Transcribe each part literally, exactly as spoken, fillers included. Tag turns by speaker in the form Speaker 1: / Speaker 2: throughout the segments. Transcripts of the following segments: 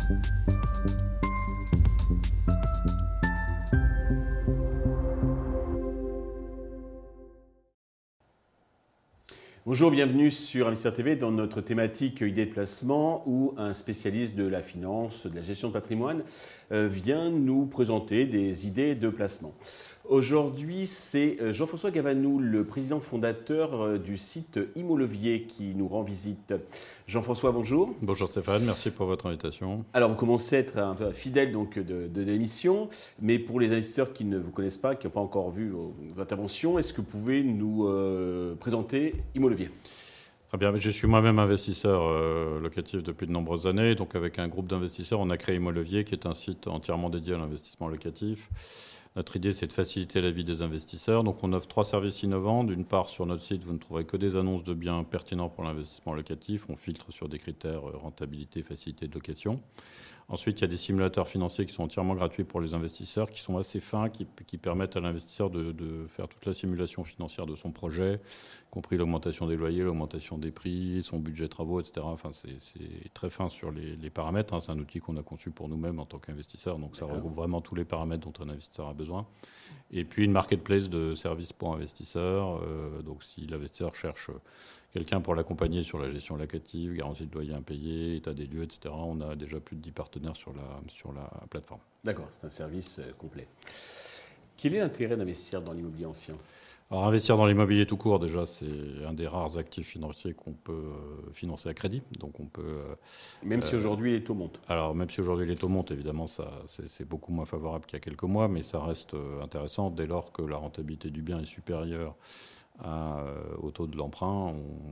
Speaker 1: Bonjour, bienvenue sur Investisseur T V dans notre thématique idées de placement où un spécialiste de la finance, de la gestion de patrimoine euh, vient nous présenter des idées de placement. Aujourd'hui, c'est Jean-François Gavanou, le président fondateur du site Immolevier qui nous rend visite. Jean-François, bonjour.
Speaker 2: Bonjour Stéphane, merci pour votre invitation.
Speaker 1: Alors, vous commencez à être un peu fidèle donc, de, de l'émission, mais pour les investisseurs qui ne vous connaissent pas, qui n'ont pas encore vu vos, vos interventions, est-ce que vous pouvez nous euh, présenter Immolevier ?
Speaker 2: Très bien, je suis moi-même investisseur euh, locatif depuis de nombreuses années. Donc avec un groupe d'investisseurs, on a créé Immolevier qui est un site entièrement dédié à l'investissement locatif. Notre idée, c'est de faciliter la vie des investisseurs. Donc, on offre trois services innovants. D'une part, sur notre site, vous ne trouverez que des annonces de biens pertinents pour l'investissement locatif. On filtre sur des critères rentabilité, facilité de location. Ensuite, il y a des simulateurs financiers qui sont entièrement gratuits pour les investisseurs, qui sont assez fins, qui, qui permettent à l'investisseur de, de faire toute la simulation financière de son projet, y compris l'augmentation des loyers, l'augmentation des prix, son budget travaux, et cetera. Enfin, c'est, c'est très fin sur les, les paramètres. Hein. C'est un outil qu'on a conçu pour nous-mêmes en tant qu'investisseurs. Donc, ça regroupe vraiment tous les paramètres dont un investisseur a besoin. Et puis, une marketplace de services pour investisseurs. Euh, donc, si l'investisseur cherche quelqu'un pour l'accompagner sur la gestion locative, garantie de loyer impayé, état des lieux, et cetera. On a déjà plus de dix partenaires sur la, sur la plateforme.
Speaker 1: D'accord, c'est un service complet. Quel est l'intérêt d'investir dans l'immobilier ancien ?
Speaker 2: Alors, investir dans l'immobilier tout court, déjà, c'est un des rares actifs financiers qu'on peut financer à crédit. Donc, on peut, euh,
Speaker 1: même si aujourd'hui les taux montent.
Speaker 2: Alors, même si aujourd'hui les taux montent, évidemment, ça, c'est, c'est beaucoup moins favorable qu'il y a quelques mois, mais ça reste intéressant dès lors que la rentabilité du bien est supérieure À, euh, au taux de l'emprunt. On,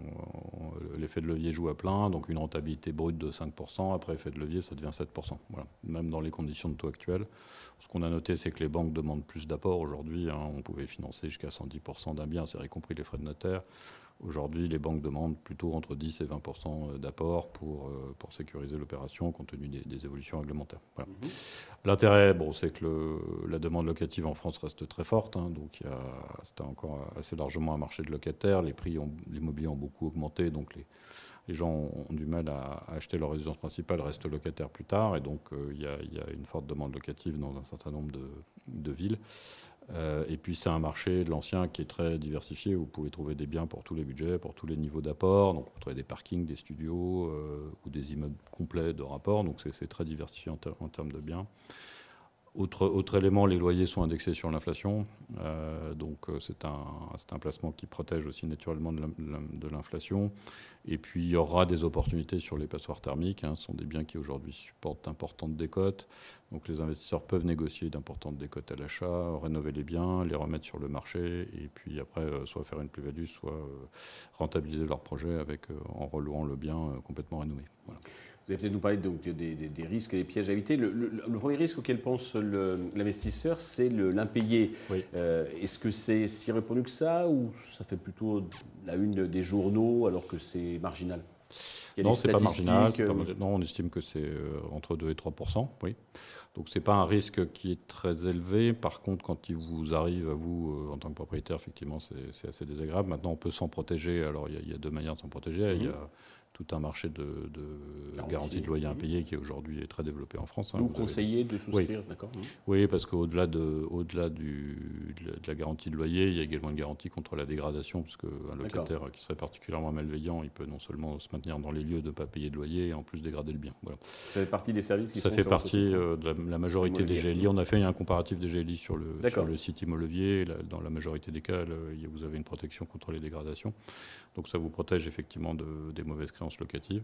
Speaker 2: on, l'effet de levier joue à plein, donc une rentabilité brute de cinq pour cent. Après effet de levier, ça devient sept pour cent. Voilà. Même dans les conditions de taux actuelles. Ce qu'on a noté, c'est que les banques demandent plus d'apports. Aujourd'hui, hein, on pouvait financer jusqu'à cent dix pour cent d'un bien, c'est y compris les frais de notaire. Aujourd'hui, les banques demandent plutôt entre dix et vingt pour cent d'apport pour, euh, pour sécuriser l'opération compte tenu des, des évolutions réglementaires. Voilà. Mmh. L'intérêt, bon, c'est que le, la demande locative en France reste très forte. Hein, donc, il y a, c'était encore assez largement un marché de locataires. Les prix, ont, l'immobilier ont beaucoup augmenté. Donc, les, les gens ont, ont du mal à, à acheter leur résidence principale, restent locataires plus tard. Et donc, euh, il y a, il y a une forte demande locative dans un certain nombre de, de villes. Euh, et puis c'est un marché de l'ancien qui est très diversifié. Vous pouvez trouver des biens pour tous les budgets, pour tous les niveaux d'apport. Donc vous trouvez des parkings, des studios euh, ou des immeubles complets de rapport. Donc c'est, c'est très diversifié en, ter- en termes de biens. Autre, autre élément, les loyers sont indexés sur l'inflation. Euh, donc c'est un, c'est un placement qui protège aussi naturellement de, la, de l'inflation. Et puis il y aura des opportunités sur les passoires thermiques. Hein. Ce sont des biens qui aujourd'hui supportent d'importantes décotes. Donc les investisseurs peuvent négocier d'importantes décotes à l'achat, rénover les biens, les remettre sur le marché et puis après euh, soit faire une plus-value, soit euh, rentabiliser leur projet avec, euh, en relouant le bien euh, complètement rénové. Voilà.
Speaker 1: Vous allez peut-être nous parler donc, des, des, des risques et des pièges à éviter. Le, le, le premier risque auquel pense le, l'investisseur, c'est le, l'impayé. Oui. Euh, est-ce que c'est si répandu que ça ou ça fait plutôt la une des journaux alors que c'est marginal ?
Speaker 2: Non, c'est pas marginal. C'est pas, non, on estime que c'est euh, entre deux et trois pour cent. Oui. Donc, ce n'est pas un risque qui est très élevé. Par contre, quand il vous arrive à vous, euh, en tant que propriétaire, effectivement, c'est, c'est assez désagréable. Maintenant, on peut s'en protéger. Alors, il y, y a deux manières de s'en protéger. Mm-hmm. Il y a tout un marché de, de garantie de loyer impayé qui aujourd'hui est très développé en France. Hein.
Speaker 1: Vous, vous conseillez avez... de souscrire,
Speaker 2: oui.
Speaker 1: D'accord.
Speaker 2: Oui, parce qu'au-delà, de, au-delà du, de la garantie de loyer, il y a également une garantie contre la dégradation, parce qu'un locataire D'accord. qui serait particulièrement malveillant, il peut non seulement se maintenir dans les lieux, ne pas payer de loyer, et en plus dégrader le bien. Voilà.
Speaker 1: Ça fait partie des services qui
Speaker 2: Ça
Speaker 1: sont
Speaker 2: fait
Speaker 1: sur
Speaker 2: partie euh, de la, la majorité des G L I. On a fait un comparatif des G L I sur le, sur le site Immolevier. Là, dans la majorité des cas, là, vous avez une protection contre les dégradations. Donc ça vous protège effectivement de, des mauvaises créances locatives.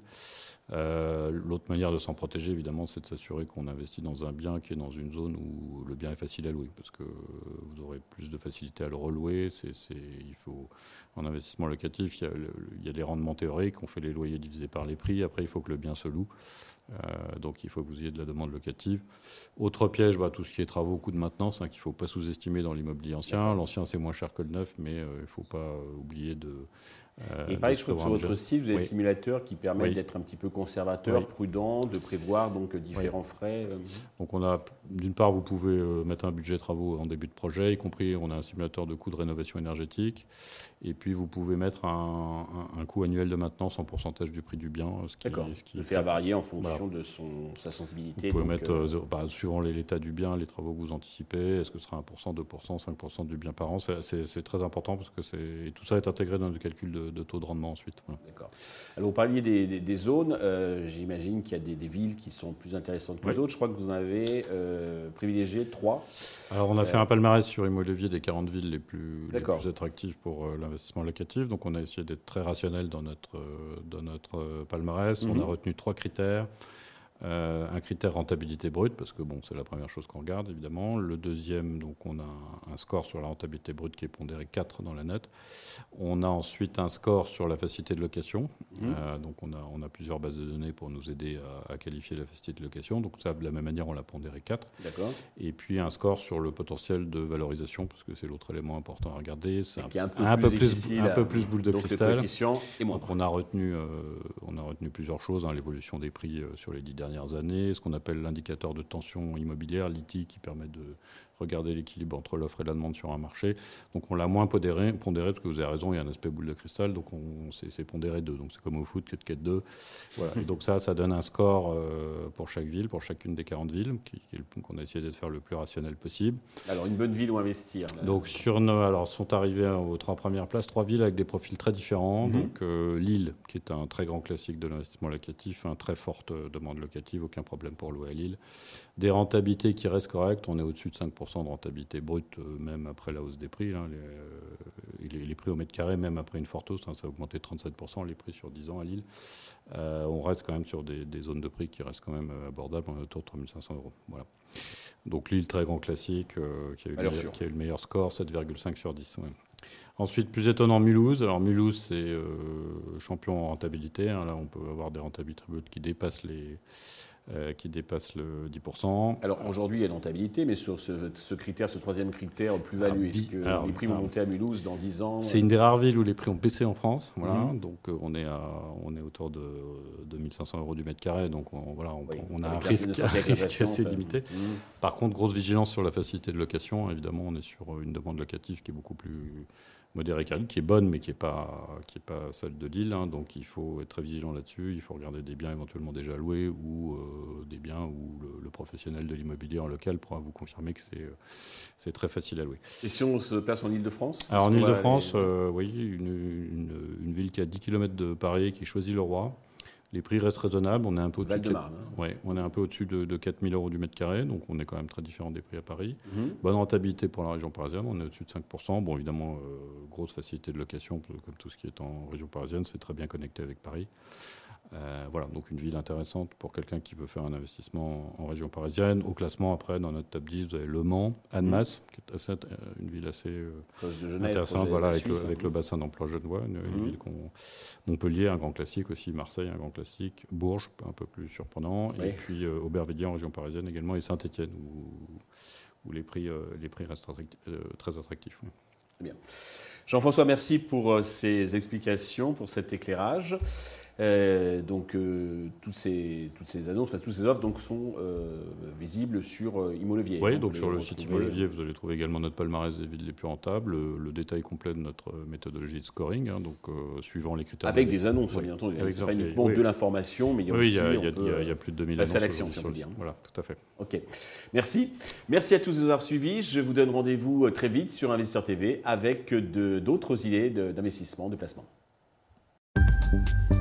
Speaker 2: Euh, l'autre manière de s'en protéger, évidemment, c'est de s'assurer qu'on investit dans un bien qui est dans une zone où le bien est facile à louer, parce que vous aurez plus de facilité à le relouer. C'est, c'est, il faut, en investissement locatif, il y a, le, il y a les rendements théoriques, on fait les loyers divisés par les prix. Après, il faut que le bien se loue. Euh, donc il faut que vous ayez de la demande locative. Autre piège, bah, tout ce qui est travaux, coûts de maintenance, hein, qu'il ne faut pas sous-estimer dans l'immobilier ancien. D'accord. L'ancien, c'est moins cher que le neuf, mais euh, il ne faut pas euh, oublier de...
Speaker 1: Euh, et pareil, je crois que sur votre site, vous avez oui. des simulateurs qui permettent oui. d'être un petit peu conservateur, oui. prudent, de prévoir donc différents oui. frais.
Speaker 2: Donc on a, d'une part, vous pouvez euh, mettre un budget travaux en début de projet, y compris on a un simulateur de coûts de rénovation énergétique. Et puis vous pouvez mettre un, un, un coût annuel de maintenance en pourcentage du prix du bien.
Speaker 1: Ce qui, D'accord. Ce qui le faire varier en fonction fonction voilà. de son, sa sensibilité.
Speaker 2: Vous pouvez
Speaker 1: donc,
Speaker 2: mettre,
Speaker 1: euh...
Speaker 2: bah, suivant l'état du bien, les travaux que vous anticipez, est-ce que ce sera un pour cent, deux pour cent, cinq pour cent du bien par an, c'est, c'est, c'est très important parce que c'est, tout ça est intégré dans le calcul de, de taux de rendement ensuite. Voilà.
Speaker 1: D'accord. Alors vous parliez des, des, des zones, euh, j'imagine qu'il y a des, des villes qui sont plus intéressantes que oui. d'autres. Je crois que vous en avez euh, privilégié trois.
Speaker 2: Alors on a euh... fait un palmarès sur Immolevier des quarante villes les plus, les
Speaker 1: plus
Speaker 2: attractives pour euh, l'investissement locatif. Donc on a essayé d'être très rationnel dans notre, euh, dans notre euh, palmarès. Mm-hmm. On a retenu trois critères. Euh, un critère rentabilité brute, parce que bon, c'est la première chose qu'on regarde, évidemment. Le deuxième, donc on a un, un score sur la rentabilité brute qui est pondéré quatre dans la note. On a ensuite un score sur la facilité de location. Mmh. Euh, donc on a, on a plusieurs bases de données pour nous aider à, à qualifier la facilité de location. Donc ça, de la même manière, on l'a pondéré quatre.
Speaker 1: D'accord.
Speaker 2: Et puis un score sur le potentiel de valorisation, parce que c'est l'autre élément important à regarder. C'est un,
Speaker 1: un peu
Speaker 2: un
Speaker 1: plus,
Speaker 2: peu plus, un peu plus boule de
Speaker 1: donc
Speaker 2: cristal.
Speaker 1: Et
Speaker 2: donc on a retenu, euh, on a retenu plusieurs choses, hein, l'évolution des prix euh, sur les dix dernières années, ce qu'on appelle l'indicateur de tension immobilière, l'I T I, qui permet de regarder l'équilibre entre l'offre et la demande sur un marché. Donc on l'a moins pondéré, pondéré parce que vous avez raison, il y a un aspect boule de cristal, donc on, c'est, c'est pondéré deux. Donc c'est comme au foot, quatre quatre deux. Voilà. Et donc ça, ça donne un score euh, pour chaque ville, pour chacune des quarante villes, qui, qui, qu'on a essayé de faire le plus rationnel possible.
Speaker 1: Alors une bonne ville où investir là.
Speaker 2: Donc sur nos, alors sont arrivés aux trois premières places, trois villes avec des profils très différents. Mm-hmm. Donc euh, Lille, qui est un très grand classique de l'investissement locatif, une très forte demande locative, aucun problème pour louer à Lille. Des rentabilités qui restent correctes, on est au-dessus de cinq pour cent de rentabilité brute, euh, même après la hausse des prix. Là, les, les, les prix au mètre carré, même après une forte hausse, hein, ça a augmenté de trente-sept pour cent les prix sur dix ans à Lille. Euh, on reste quand même sur des, des zones de prix qui restent quand même abordables, on est autour de trois mille cinq cents euros. Voilà. Donc Lille, très grand classique, euh, qui, a eu le meilleur, qui a eu le meilleur score, sept virgule cinq sur dix. Ouais. Ensuite, plus étonnant, Mulhouse. Alors Mulhouse, c'est euh, champion en rentabilité. Hein. Là, on peut avoir des rentabilités brutes qui dépassent les... Euh, qui dépasse le dix pour cent.
Speaker 1: Alors aujourd'hui, il y a l'entabilité, mais sur ce, ce critère, ce troisième critère, plus-value, est-ce que alors, les prix vont alors, monter à Mulhouse dans dix ans?
Speaker 2: C'est une des rares villes où les prix ont baissé en France. Voilà. Mmh. Donc euh, on, est à, on est autour de deux mille cinq cents euros du mètre carré, donc on, voilà, on, oui, on a un risque, un risque assez limité. Mmh. Par contre, grosse vigilance sur la facilité de location. Évidemment, on est sur une demande locative qui est beaucoup plus modérée qu'à Lille, qui est bonne, mais qui n'est pas, qui est pas celle de Lille. Hein. Donc il faut être très vigilant là-dessus. Il faut regarder des biens éventuellement déjà loués ou euh, des biens où le, le professionnel de l'immobilier en local pourra vous confirmer que c'est, c'est très facile à louer.
Speaker 1: Et si on se place en Ile-de-France?
Speaker 2: Alors en Ile-de-France, aller... euh, oui, une, une, une ville qui a dix kilomètres de Paris, qui choisit le roi. Les prix restent raisonnables. On est un peu au-dessus, de, quatre... hein. ouais, on est un peu au-dessus de, de quatre mille euros du mètre carré, donc on est quand même très différent des prix à Paris. Mm-hmm. Bonne rentabilité pour la région parisienne, on est au-dessus de cinq pour cent. Bon, évidemment, euh, grosse facilité de location, comme tout ce qui est en région parisienne, c'est très bien connecté avec Paris. Euh, voilà, donc une ville intéressante pour quelqu'un qui veut faire un investissement en région parisienne. Au classement, après, dans notre top dix, vous avez Le Mans, Annemasse, mmh. qui est assez, euh, une ville assez euh,
Speaker 1: Genève,
Speaker 2: intéressante, voilà, avec,
Speaker 1: Suisse,
Speaker 2: le, avec
Speaker 1: hein.
Speaker 2: le bassin d'emploi genevois, une, mmh. une ville qu'on... Montpellier, un grand classique aussi, Marseille, un grand classique, Bourges, un peu plus surprenant, oui. Et puis euh, Aubervilliers en région parisienne également, et Saint-Étienne, où, où les, prix, euh, les prix restent attractifs, euh, très attractifs. Oui.
Speaker 1: Très bien. Jean-François, merci pour euh, ces explications, pour cet éclairage. Euh, donc euh, toutes, ces, toutes ces annonces, enfin, toutes ces offres donc, sont euh, visibles sur euh, Immolevier.
Speaker 2: Oui, donc sur le site Immolevier, vous allez trouver également notre palmarès des villes les plus rentables, le, le détail complet de notre méthodologie de scoring, hein, donc euh, suivant les critères.
Speaker 1: Avec des annonces, oui, bien entendu. Ce n'est pas uniquement oui. de l'information, mais il y a
Speaker 2: oui,
Speaker 1: aussi.
Speaker 2: Oui, il y, y, y a plus de deux mille annonces.
Speaker 1: La sélection, si on peut dire.
Speaker 2: Voilà, tout à fait.
Speaker 1: Ok. Merci. Merci à tous de nous avoir suivis. Je vous donne rendez-vous très vite sur Investisseur T V avec de, d'autres idées de, d'investissement, de placement.